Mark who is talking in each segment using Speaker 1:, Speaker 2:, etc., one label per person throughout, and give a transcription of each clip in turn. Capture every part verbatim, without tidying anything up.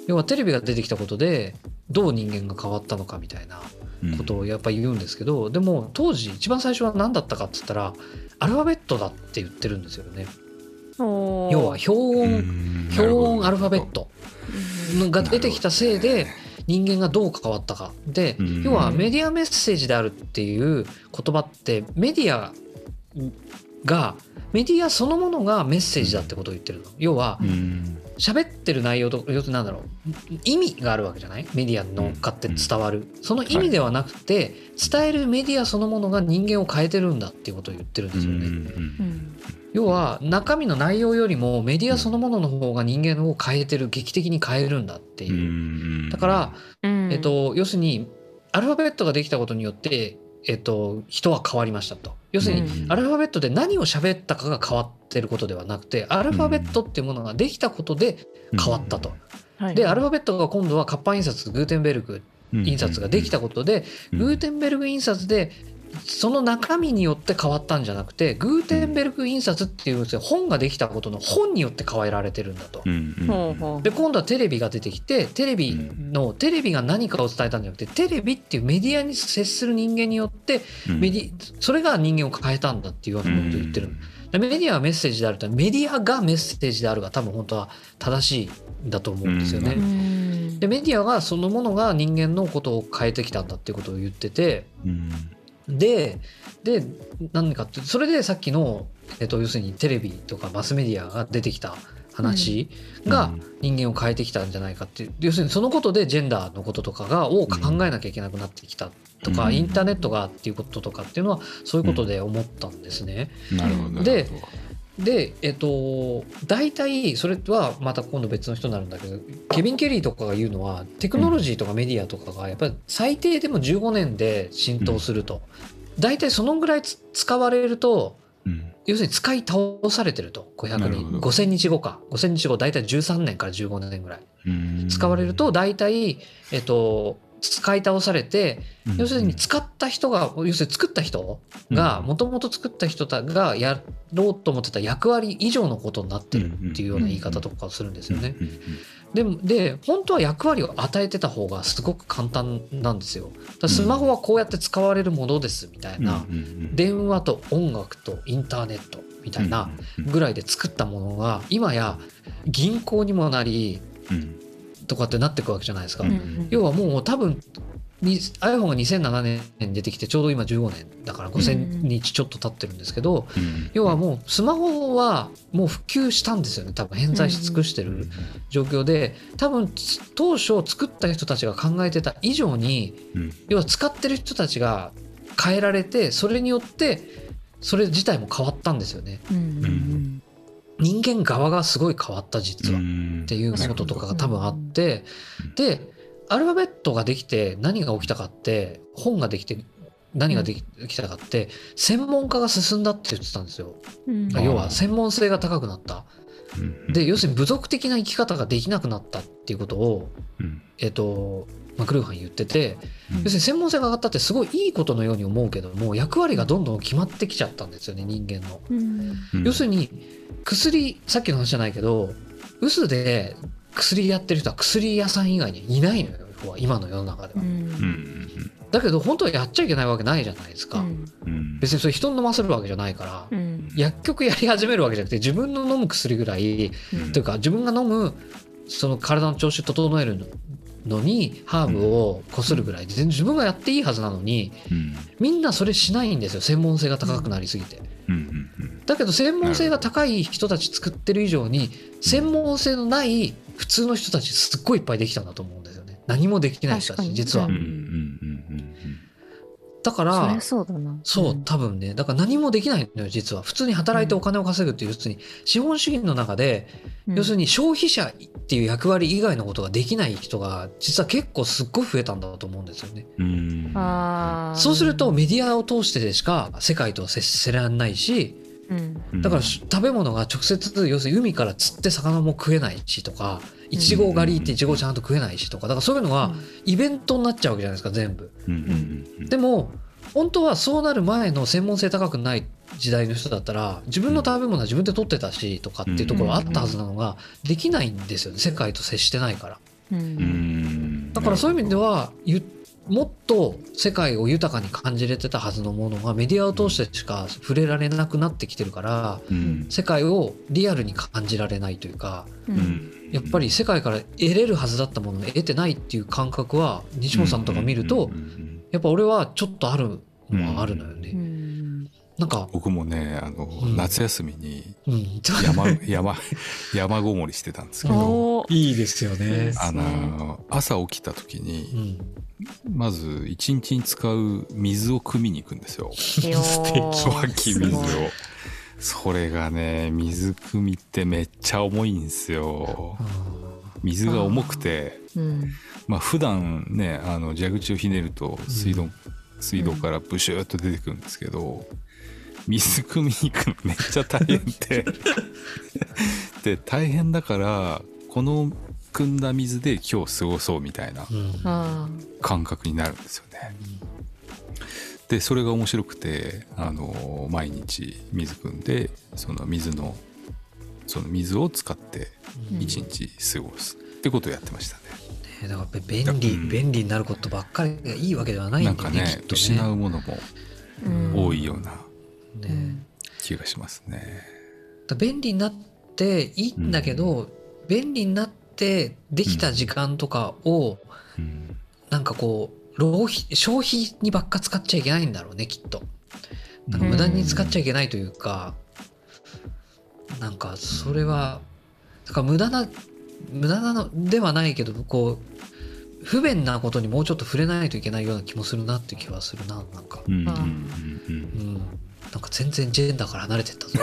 Speaker 1: 要はテレビが出てきたことでどう人間が変わったのかみたいなことをやっぱり言うんですけど、うん、でも当時一番最初は何だったかって言ったらアルファベットだって言ってるんですよね。要は標音標音アルファベットが出てきたせいで人間がどう変わったかで、要はメディアメッセージであるっていう言葉ってメディアがメディアそのものがメッセージだってことを言ってるの。要は喋ってる内容と要するに何だろう意味があるわけじゃない。メディアに乗っかって伝わるその意味ではなくて伝えるメディアそのものが人間を変えてるんだっていうことを言ってるんですよね。要は中身の内容よりもメディアそのものの方が人間を変えてる劇的に変えるんだっていう。だから、えっと、要するにアルファベットができたことによってえっと、人は変わりましたと。要するにアルファベットで何を喋ったかが変わってることではなくてアルファベットっていうものができたことで変わったと。でアルファベットが今度は活版印刷グーテンベルグ印刷ができたことでグーテンベルグ印刷でその中身によって変わったんじゃなくてグーテンベルグ印刷っていう本ができたことの本によって変えられてるんだと。で今度はテレビが出てきてテレビのテレビが何かを伝えたんじゃなくてテレビっていうメディアに接する人間によってメディそれが人間を変えたんだっていうようなことを言ってる。メディアはメッセージであるとメディアがメッセージであるが多分本当は正しいんだと思うんですよね。でメディアがそのものが人間のことを変えてきたんだっていうことを言っててで、で何かってそれでさっきの、えっと、要するにテレビとかマスメディアが出てきた話が人間を変えてきたんじゃないかっていう、要するにそのことでジェンダーのこととかがを考えなきゃいけなくなってきたとか、インターネットがっていうこととかっていうのはそういうことで思ったんですね。
Speaker 2: なるほど。
Speaker 1: でで、えっと、大体それはまた今度別の人になるんだけどケビン・ケリーとかが言うのはテクノロジーとかメディアとかがやっぱり最低でもじゅうごねんで浸透すると、うん、大体そのぐらい使われると、うん、要するに使い倒されてるとごひゃくにんごせんにちごかごせんにちご大体じゅうさんねんからじゅうごねんぐらい使われると大体えっと使い倒されて、要するに使った人が要するに作った人がもともと作った人がやろうと思ってた役割以上のことになってるっていうような言い方とかをするんですよね。でで本当は役割を与えてた方がすごく簡単なんですよ。だスマホはこうやって使われるものですみたいな、電話と音楽とインターネットみたいなぐらいで作ったものが今や銀行にもなりとかってなっていくわけじゃないですか。うんうん、要はもう多分 iPhone がにせんななねんに出てきてちょうど今じゅうごねんだからごせんにちちょっと経ってるんですけど、うん、要はもうスマホはもう普及したんですよね。多分偏在し尽くしてる状況で多分当初作った人たちが考えてた以上に、うん、要は使ってる人たちが変えられてそれによってそれ自体も変わったんですよね。うんうん人間側がすごい変わった実はっていうこととかが多分あってでアルファベットができて何が起きたかって本ができて何ができたかって専門家が進んだって言ってたんですよ。要は専門性が高くなったで要するに部族的な生き方ができなくなったっていうことをえっとマクルーハン言ってて要するに専門性が上がったってすごいいいことのように思うけども役割がどんどん決まってきちゃったんですよね人間の。要するに薬さっきの話じゃないけど薄で薬やってる人は薬屋さん以外にいないのよ今の世の中では、うん、だけど本当はやっちゃいけないわけないじゃないですか、うん、別にそれ人に飲ませるわけじゃないから、うん、薬局やり始めるわけじゃなくて自分の飲む薬ぐらい、うん、というか自分が飲むその体の調子を整えるのにハーブをこするぐらいで全然自分がやっていいはずなのに、うん、みんなそれしないんですよ専門性が高くなりすぎて、うんうんうん、だけど専門性が高い人たち作ってる以上に専門性のない普通の人たちすっごいいっぱいできたんだと思うんですよね。何もできない人たち実は、うんうんうんうん、だから
Speaker 3: それそうだな、
Speaker 1: そう多分ねだから何もできないのよ実は。普通に働いてお金を稼ぐっていう普通に資本主義の中で、うん、要するに消費者っていう役割以外のことができない人が実は結構すっごい増えたんだと思うんですよね。うんあそうするとメディアを通してでしか世界とは接せられないし、うん、だから食べ物が直接要するに海から釣って魚も食えないしとかイチゴ狩りってイチゴちゃんと食えないしとかだからそういうのがイベントになっちゃうわけじゃないですか全部、うん、でも本当はそうなる前の専門性高くない時代の人だったら自分の食べ物は自分で取ってたしとかっていうところあったはずなのができないんですよね世界と接してないから、
Speaker 2: うん、
Speaker 1: だからそういう意味ではゆもっと世界を豊かに感じれてたはずのものがメディアを通してしか触れられなくなってきてるから、うん、世界をリアルに感じられないというか、うん、やっぱり世界から得れるはずだったものを得てないっていう感覚は西本さんとか見るとやっぱ俺はちょっこのはあるのよね。うん、なんか
Speaker 3: 僕もねあの、うん、夏休みに山、うん、山, 山ごもりしてたんですけど
Speaker 1: いいですよね。
Speaker 3: あの朝起きた時に、うん、まず一日に使う水を汲みに行くんですよ。
Speaker 1: 素敵。
Speaker 3: 湧き水を。それがね水汲みってめっちゃ重いんですよ。水が重くて、うん、まあ普段ねあの蛇口をひねると水道、うん、水道からブシューッと出てくるんですけど、水汲みに行くのめっちゃ大変でで大変だからこの汲んだ水で今日過ごそうみたいな感覚になるんですよね。でそれが面白くてあの毎日水汲んでその水のその水を使って一日過ごすってことをやってましたね。
Speaker 1: うん、だから便利、うん、便利になることばっかりがいいわけではないんで、ね、
Speaker 3: なんかね、ね失うものも多いような気がしますね。
Speaker 1: うん、便利になっていいんだけど、うん、便利になってできた時間とかを、うん、なんかこう浪費消費にばっか使っちゃいけないんだろうねきっと。なんか無駄に使っちゃいけないというか、うん、なんかそれはだから無駄な無駄なのではないけどこう不便なことにもうちょっと触れないといけないような気もするなっていう気はするな。なんか、うんうんうんうん、なんか全然ジェンダーから離れてったぞ。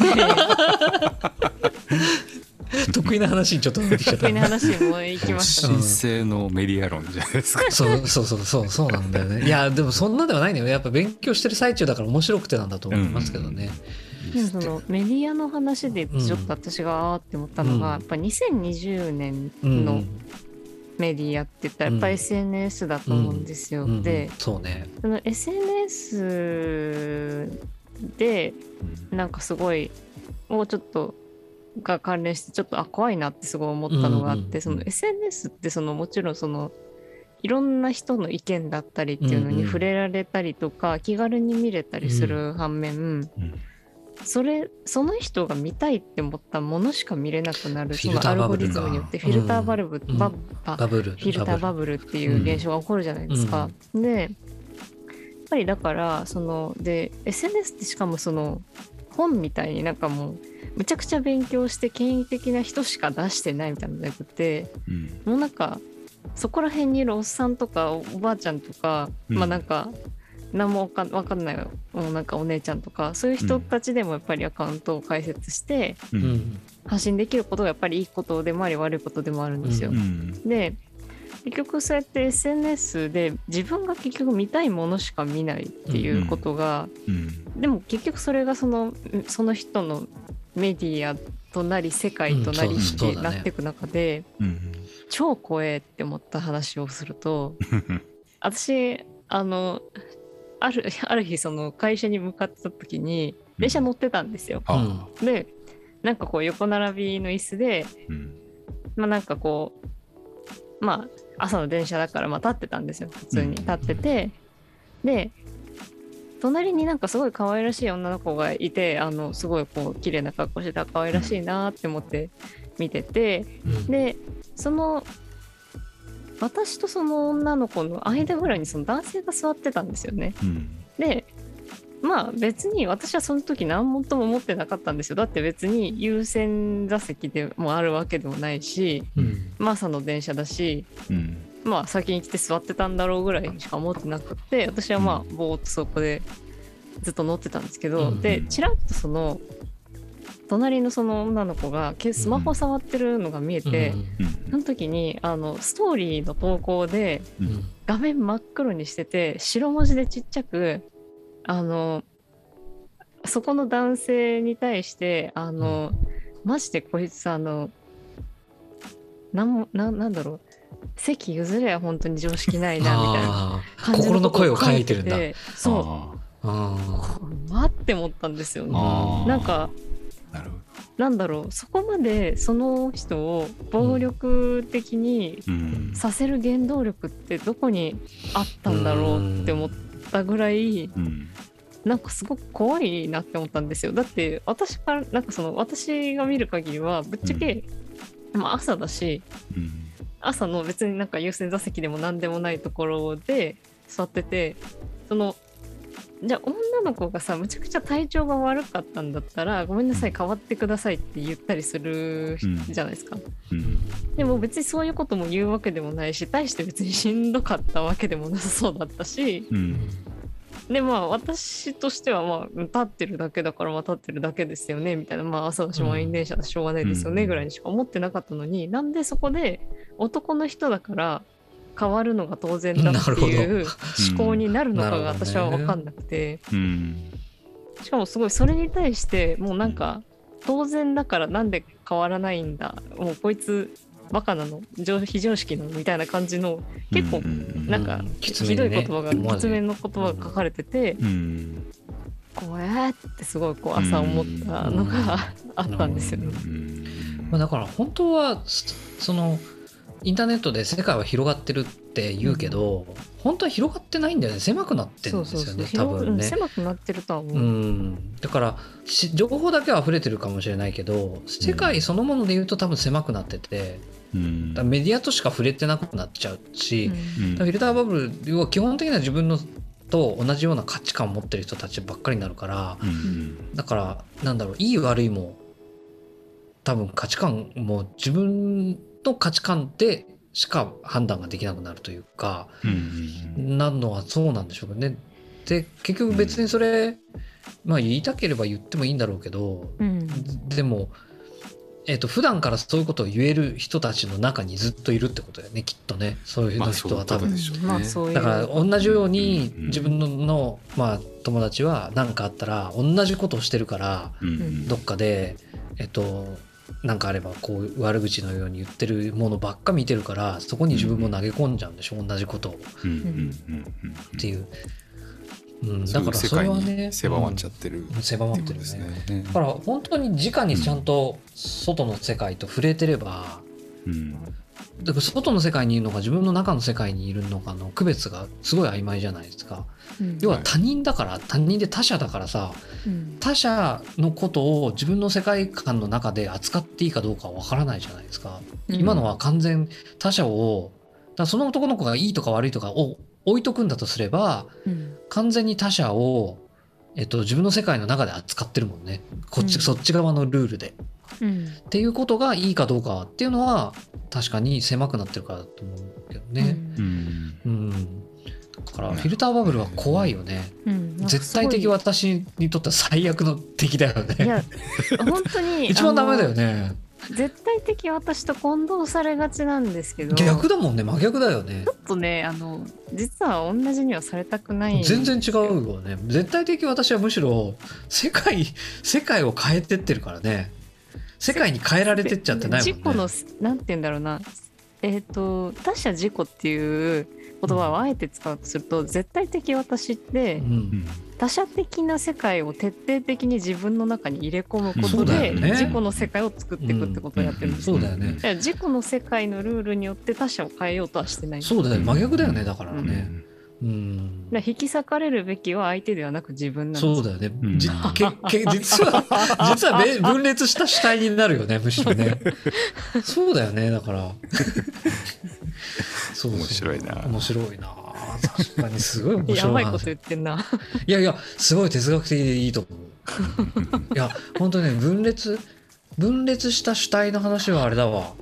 Speaker 1: 得意な話にちょっと出てきちゃった。
Speaker 2: 得意な話にも行きました。
Speaker 3: 神聖のメディア論じゃないですか。
Speaker 1: そうそうそうそうそうなんだよね。いやでもそんなではないのよ。やっぱ勉強してる最中だから面白くてなんだと思いますけどね。
Speaker 2: うん、でもそのメディアの話でちょっと私があーって思ったのが、うん、やっぱにせんにじゅうねんのメディアって言ったらやっぱ エスエヌエス だと思うんですよ。うん、で、
Speaker 1: うん、そうね。
Speaker 2: その エスエヌエス でなんかすごいもうちょっとが関連してちょっとあ怖いなってすごい思ったのがあって、うんうん、その エスエヌエス ってそのもちろんそのいろんな人の意見だったりっていうのに触れられたりとか、うんうん、気軽に見れたりする反面、うん、それその人が見たいって思ったものしか見れなくなる。そのアルゴリズムによってフィルターバルブ、うん、バババブルフィルターバブルっていう現象が起こるじゃないですか。うん、でやっぱりだからそので エスエヌエス ってしかもその本みたいになんかもうむちゃくちゃ勉強して権威的な人しか出してないみたいなのじゃなくて、うん、もうなんかそこら辺にいるおっさんとかおばあちゃんとか、うん、まあなんか何も分かんないもうなんかお姉ちゃんとかそういう人たちでもやっぱりアカウントを開設して発信できることがやっぱりいいことでもあり悪いことでもあるんですよ。うん、で結局そうやって エスエヌエス で自分が結局見たいものしか見ないっていうことが、うんうん、でも結局それがそのその人のメディアとなり世界となりしてなっていく中で、うんねうん、超怖えって思った話をすると私あのある、ある日その会社に向かってた時に電車乗ってたんですよ。うん、でなんかこう横並びの椅子で、うん、まあなんかこうまあ朝の電車だからまあ立ってたんですよ。普通に立ってて、うん、で隣になんかすごい可愛らしい女の子がいてあのすごいこう綺麗な格好してた可愛らしいなって思って見てて、うん、でその私とその女の子の間ぐらいにその男性が座ってたんですよね。うん、でまあ別に私はその時何とも思ってなかったんですよ。だって別に優先座席でもあるわけでもないし、うん、まあ朝の電車だし、うん、まあ先に来て座ってたんだろうぐらいしか思ってなくて私はまあぼーっとそこでずっと乗ってたんですけど、うん、でちらっとその隣のその女の子がスマホ触ってるのが見えて、うん、その時にあのストーリーの投稿で画面真っ黒にしてて白文字でちっちゃくあのそこの男性に対してあの、うん、マジでこいつあのなんも な, なんだろう席譲れは本当に常識ないなみたいな感じのことを書いてて、そうああ待って思ったんですよね。なんか
Speaker 3: なるほど。
Speaker 2: なんだろう、そこまでその人を暴力的にさせる原動力ってどこにあったんだろうって思ったぐらい、うん、なんかすごく怖いなって思ったんですよ。だって私からなんかその私が見る限りはぶっちゃけ、うん、まあ朝だし、うん、朝の別になんか優先座席でも何でもないところで座ってて、そのじゃあ女の子がさむちゃくちゃ体調が悪かったんだったらごめんなさい代わってくださいって言ったりするじゃないですか、うんうん、でも別にそういうことも言うわけでもないし、対して別にしんどかったわけでもなさそうだったし、うん、でまあ私としてはまあ立ってるだけだからまあ立ってるだけですよねみたいな、まあ朝だし満員電車だししょうがないですよねぐらいにしか思ってなかったのに、なんでそこで男の人だから変わるのが当然だっていう思考になるのかが私は分かんなくて、うん、しかもすごいそれに対してもうなんか当然だからなんで変わらないんだ、もうこいつバカなの非常識なのみたいな感じの結構なんかひどい言葉がきつめの言葉が書かれてて、怖えってすごいこう朝思ったのがあったんですよね。
Speaker 1: まあだから本当はそのインターネットで世界は広がってるって言うけど、うん、本当は広がってないんだよね。狭くなってるんですよね。そうそうそう、多分ね、
Speaker 2: 狭くなってるとは思う、
Speaker 1: うん、だから情報だけは溢れてるかもしれないけど世界そのもので言うと多分狭くなってて、うん、だメディアとしか触れてなくなっちゃうし、うん、だフィルターバブルは基本的には自分のと同じような価値観を持ってる人たちばっかりになるから、うん、だからなんだろう、いい悪いも多分価値観も自分の価値観でしか判断ができなくなるというか、うん、なのはそうなんでしょうね。で結局別にそれ、うん、まあ言いたければ言ってもいいんだろうけど、うん、でも、えーと、普段からそういうことを言える人たちの中にずっといるってことだよね、きっとね。そういう人は多分、まあね、だから同じように自分 の,、の、まあ、友達は何かあったら同じことをしてるから、うん、どっかでえっ、ー、となんかあればこう悪口のように言ってるものばっか見てるからそこに自分も投げ込んじゃうんでしょ、うん、同じことを、うん、っていう、うん、だからそれはね
Speaker 3: 狭まっちゃってる、
Speaker 1: うん、狭まってるよね。だから本当に直にちゃんと外の世界と触れてれば、うん、だから外の世界にいるのか自分の中の世界にいるのかの区別がすごい曖昧じゃないですか、うん、要は他人だから他人で他者だからさ、うん、他者のことを自分の世界観の中で扱っていいかどうかは分からないじゃないですか、うん、今のは完全他者をだからその男の子がいいとか悪いとかを置いとくんだとすれば、うん、完全に他者を、えっと、自分の世界の中で扱ってるもんね、こっち、うん、そっち側のルールで、うん、っていうことがいいかどうかっていうのは確かに狭くなってるからだと思うけどね、うんうん、だからフィルターバブルは怖いよね、うん、絶対的私にとっては最悪の敵だよね。いや
Speaker 2: 本当に
Speaker 1: 一番ダメだよね。
Speaker 2: 絶対的私と混同されがちなんですけど、
Speaker 1: 逆だもんね、真逆だよね。
Speaker 2: ちょっとね、あの実は同じにはされたくないんですよ。
Speaker 1: 全然違うよね。絶対的私はむしろ世界世界を変えてってるからね。世界に変えられてっちゃってないもんね。
Speaker 2: 自己のなんて言うんだろうな、えっと他者自己っていう言葉をあえて使うとすると、うん、絶対的私って、うん、他者的な世界を徹底的に自分の中に入れ込むことで、ね、自己の世界を作っていくってことをやってるんですよ、
Speaker 1: うんうん、そうだよね。
Speaker 2: 自己の世界のルールによって他者を変えようとはしてない。
Speaker 1: そうだよ、真逆だよね。だからね、うんうん、
Speaker 2: だ引き裂かれるべきは相手ではなく自分なんです。
Speaker 1: そうだよね、うん、じけけ実は実は分裂した主体になるよね、むしろねそうだよね。だからそうそう、
Speaker 3: 面白いな
Speaker 1: 面白いな、確かにすごい面白いな。
Speaker 2: やばいこと言ってんな。
Speaker 1: いやいや、すごい哲学的でいいと思ういや本当ね、分裂分裂した主体の話はあれだわ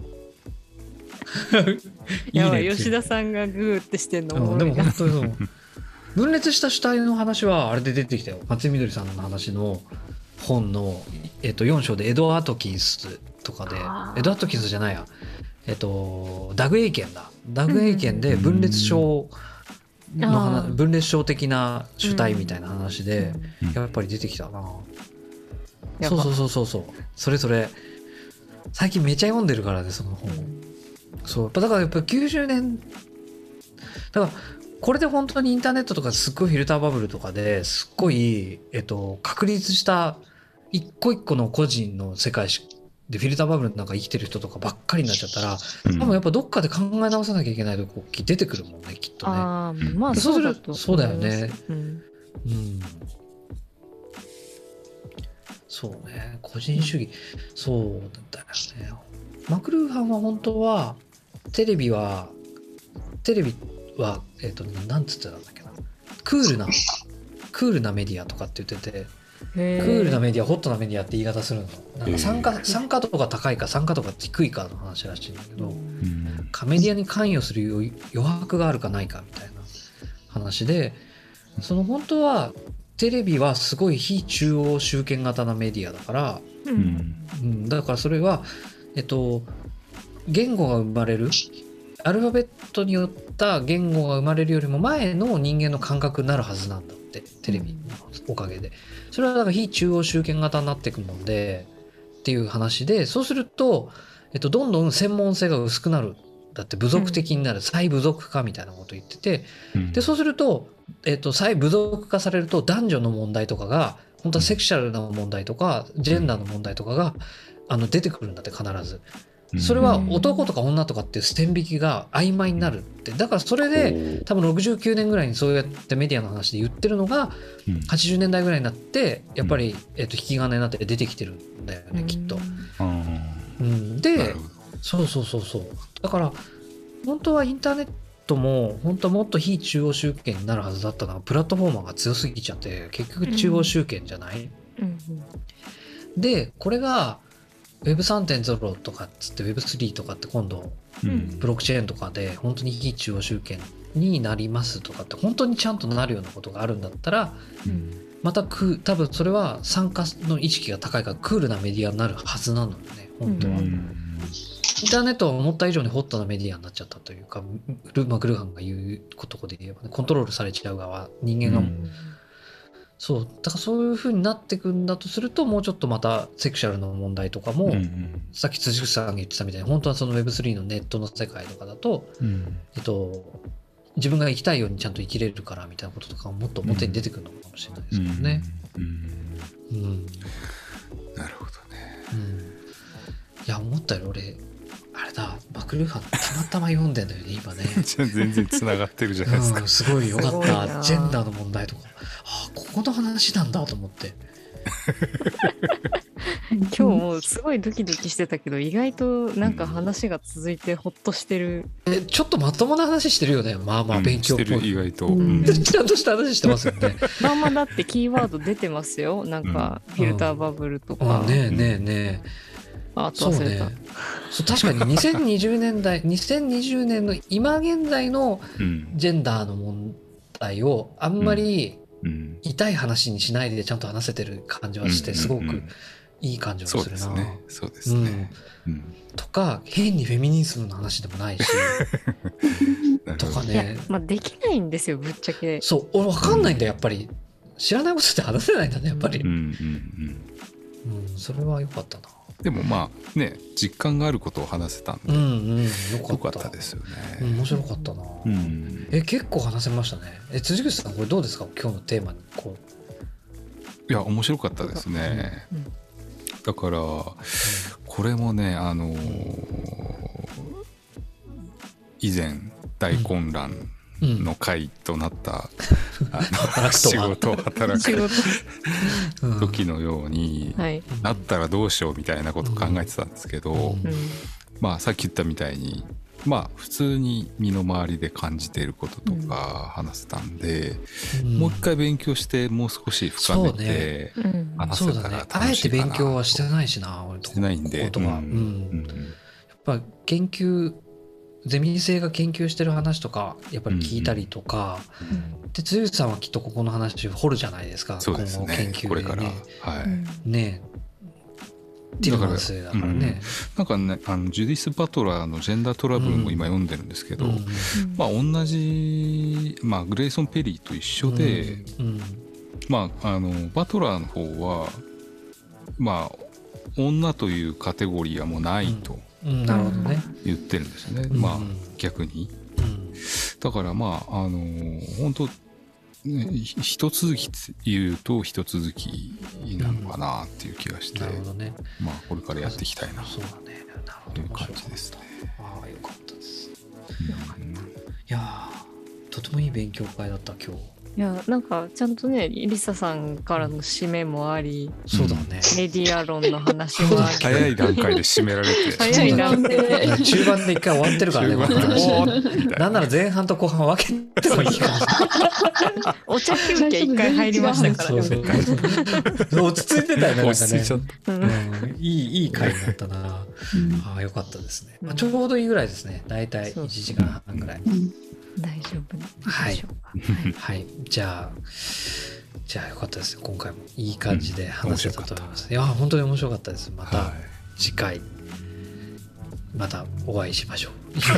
Speaker 2: いいね、吉田さんがグーってしてんのも、
Speaker 1: うん、でも本当にそう分裂した主体の話はあれで出てきたよ。松井みどりさんの話の本の、えっと、よん章でエド・アトキンスとかで、エド・アトキンスじゃないや、えっと、ダグ・エイケンだダグ・エイケンで分裂症の話、うん、分裂症的な主体みたいな話で、うん、やっぱり出てきたな、うん、そうそうそうそうそう、それそれ最近めちゃ読んでるからね、その本、うん、そうだからやっぱりきゅうじゅうねんだからこれで本当にインターネットとかすっごいフィルターバブルとかですっごい、えっと、確立した一個一個の個人の世界でフィルターバブルなんか生きてる人とかばっかりになっちゃったら、うん、多分やっぱどっかで考え直さなきゃいけないとこ出てくるもんねきっとね。
Speaker 2: あまあそうだと
Speaker 1: そうだよね。
Speaker 2: うん、うん、
Speaker 1: そうね個人主義、うん、そうだよね。マクルーハンは本当はテレビはテレビはえっ、ー、となんつってたんだっけなクールなクールなメディアとかって言っててクールなメディアホットなメディアって言い方するのなんか参加参加度が高いか参加度が低いかの話らしいんだけど、うん、メディアに関与する余白があるかないかみたいな話でその本当はテレビはすごい非中央集権型なメディアだから、うんうん、だからそれはえっと言語が生まれるアルファベットによった言語が生まれるよりも前の人間の感覚になるはずなんだってテレビのおかげでそれはだから非中央集権型になっていくもんでっていう話でそうすると、えっと、どんどん専門性が薄くなるだって部族的になる、うん、再部族化みたいなことを言ってて、うん、でそうすると、えっと、再部族化されると男女の問題とかが本当はセクシャルな問題とかジェンダーの問題とかがあの出てくるんだって必ず。それは男とか女とかっていう線引きが曖昧になるってだからそれで多分ろくじゅうきゅうねんぐらいにそうやってメディアの話で言ってるのがはちじゅうねんだいぐらいになってやっぱりえと引き金になって出てきてるんだよねきっと。うん、でそうそうそうそうだから本当はインターネットも本当はもっと非中央集権になるはずだったのはプラットフォーマーが強すぎちゃって結局中央集権じゃない、うんうんうん、でこれがウェブさんてんゼロ とかっつって ウェブスリー とかって今度、うん、ブロックチェーンとかで本当に非中央集権になりますとかって本当にちゃんとなるようなことがあるんだったら、うん、またく多分それは参加の意識が高いからクールなメディアになるはずなのよね本当は、うん、インターネットは思った以上にホットなメディアになっちゃったというかルマクルーハンが言うことで言えば、ね、コントロールされちゃう側人間が、うんそうだからそういう風になっていくんだとするともうちょっとまたセクシャルの問題とかも、うんうん、さっき辻口さんが言ってたみたいに本当はその ウェブスリー のネットの世界とかだと、うんえっと、自分が生きたいようにちゃんと生きれるからみたいなこととかもっと表に出てくるのかもしれないですけどね。うんうんうん、
Speaker 3: なるほどね。
Speaker 1: うん、いや思ったより俺あれだマクルーハンたまたま読んでんだよね今ね
Speaker 3: 全然つながってるじゃないですか、
Speaker 1: うん、すごいよかったジェンダーの問題とかあここの話なんだと思って
Speaker 2: 今日もすごいドキドキしてたけど意外となんか話が続いてホッとしてる、
Speaker 1: うん、えちょっとまともな話してるよねまあまあ勉強っぽい、うん、
Speaker 3: 意外と、
Speaker 1: うん、ちゃんとした話してますよね
Speaker 2: まあまあだってキーワード出てますよなんかフィルターバブルとか、
Speaker 1: うん、ねえねえねえ
Speaker 2: あと忘れた。
Speaker 1: そうね、そう確かににせんにじゅうねんだいにせんにじゅうねんの今現在のジェンダーの問題をあんまり痛い話にしないでちゃんと話せてる感じはしてすごくいい感じがするな。
Speaker 3: そうですね。そうですね。
Speaker 1: うん、とか変にフェミニズムの話でもないしとかね。
Speaker 2: まあできないんですよぶっちゃけ。
Speaker 1: そう俺分かんないんだやっぱり知らないことって話せないんだねやっぱり。うんうんうんうん、それは良かったな。
Speaker 3: でもまあね実感があることを話せたんで、うんうん、よかった、よかったですよね、
Speaker 1: うん、面白かったな、うん、え結構話せましたね。え辻口さんこれどうですか今日のテーマにこ
Speaker 3: う。いや面白かったですね、うん、だから、うん、これもねあのー、以前大混乱の回となった、うん、あの仕事を働く時のようになったらどうしようみたいなことを考えてたんですけど、うんうん、まあさっき言ったみたいにまあ普通に身の回りで感じていることとか話せたんで、うん、もう一回勉強してもう少し深めて話せたら楽しいかな。
Speaker 1: あえて勉強はしてないしな俺と
Speaker 3: してないんで、
Speaker 1: うんうん、やっぱ研究ゼミ生が研究してる話とかやっぱり聞いたりとか、うんうん、で辻内さんはきっとここの話掘るじゃないですか。
Speaker 3: そうですね、
Speaker 1: 今後研究でねこれから、はい、ねっていう話だからね。
Speaker 3: だから、うん、なんかねあのジュディス・バトラーのジェンダートラブルも今読んでるんですけど、うん、まあ同じ、まあ、グレイソン・ペリーと一緒で、うんうん、まああのバトラーの方はまあ女というカテゴリーはもうないと、うんうん、なるほどね言ってるんですよね、うん、まあ逆に、うん、だからまああのー、本当一続きって言うと一続きなのかなっていう気がして、
Speaker 1: なるほどね。
Speaker 3: まあこれからやっていきたいな
Speaker 1: そうだね。なるほど。
Speaker 3: という感じですね。
Speaker 1: ああ、よかったです。
Speaker 3: うん、
Speaker 1: いやー、とてもいい勉強会だった今日。
Speaker 2: いやなんかちゃんとねリサさんからの締めもあり、
Speaker 1: そうだね。
Speaker 2: メディア論の話もあり、
Speaker 3: 早い段階で締められて、
Speaker 2: 早い段階で
Speaker 1: 中盤で一回終わってるからね、この話。なんなら前半と後半分けてもいいかもしれない。
Speaker 2: お茶休憩一回入りましたからね。
Speaker 1: そうそう落ち着いてたよね、なん
Speaker 3: 落
Speaker 1: かね。
Speaker 3: ち着いちゃった。
Speaker 1: うん、いいいい回になったな。ああ、よかったですね。まあ、ちょうどいいぐらいですね。だいたいいちじかんはんぐらい。
Speaker 2: 大丈夫でしょうか。
Speaker 1: はい、はい、じゃあじゃあよかったです。今回もいい感じで話せたと思います。うん、いや本当に面白かったです。また次回、はい、またお会いしましょう。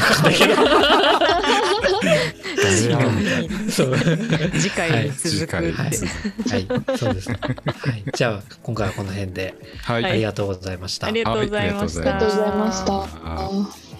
Speaker 2: 次回に続く、はい、はい、
Speaker 1: そうですね。はい、じゃあ今回はこの辺で、はい、ありがとうございました。
Speaker 2: ありがとうございました。
Speaker 4: ありがとうございました。